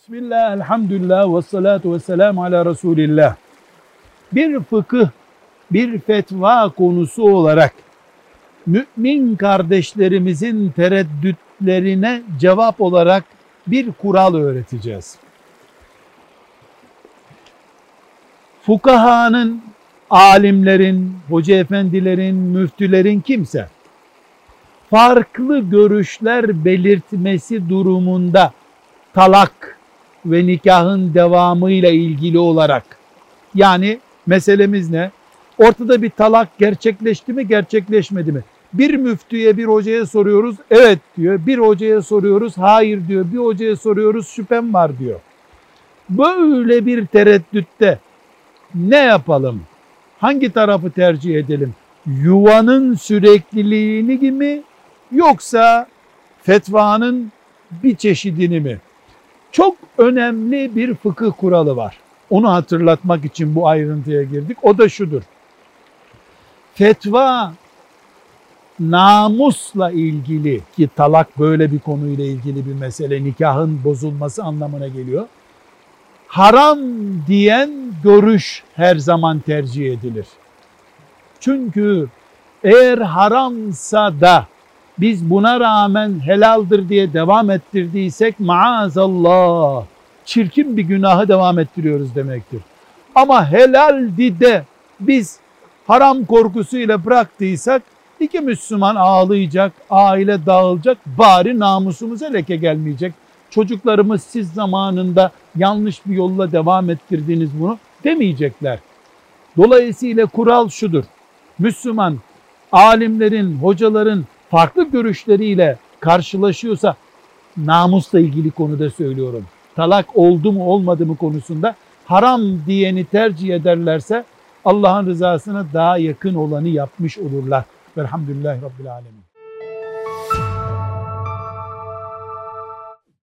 Bismillah, elhamdülillah, ve salatu ve selamu ala Resulillah. Bir fıkıh, bir fetva konusu olarak mümin kardeşlerimizin tereddütlerine cevap olarak bir kural öğreteceğiz. Fukahanın, alimlerin, hoca efendilerin, müftülerin kimse farklı görüşler belirtmesi durumunda talak ve nikahın devamıyla ilgili olarak, yani meselemiz ne? Ortada bir talak gerçekleşti mi, gerçekleşmedi mi? Bir müftüye, bir hocaya soruyoruz, evet diyor. Bir hocaya soruyoruz, hayır diyor. Bir hocaya soruyoruz, şüphem var diyor. Böyle bir tereddütte ne yapalım? Hangi tarafı tercih edelim? Yuvanın sürekliliğini mi, yoksa fetvanın bir çeşidini mi? Çok önemli bir fıkıh kuralı var. Onu hatırlatmak için bu ayrıntıya girdik. O da şudur: fetva namusla ilgili, ki talak böyle bir konuyla ilgili bir mesele, nikahın bozulması anlamına geliyor. Haram diyen görüş her zaman tercih edilir. Çünkü eğer haramsa da biz buna rağmen helaldir diye devam ettirdiysek maazallah çirkin bir günahı devam ettiriyoruz demektir. Ama helaldi de biz haram korkusuyla bıraktıysak iki Müslüman ağlayacak, aile dağılacak, bari namusumuza leke gelmeyecek. Çocuklarımız siz zamanında yanlış bir yolla devam ettirdiniz bunu demeyecekler. Dolayısıyla kural şudur: Müslüman alimlerin, hocaların farklı görüşleriyle karşılaşıyorsa, namusla ilgili konuda söylüyorum, talak oldu mu olmadı mı konusunda haram diyeni tercih ederlerse Allah'ın rızasına daha yakın olanı yapmış olurlar. Velhamdülillahi Rabbil Alemin.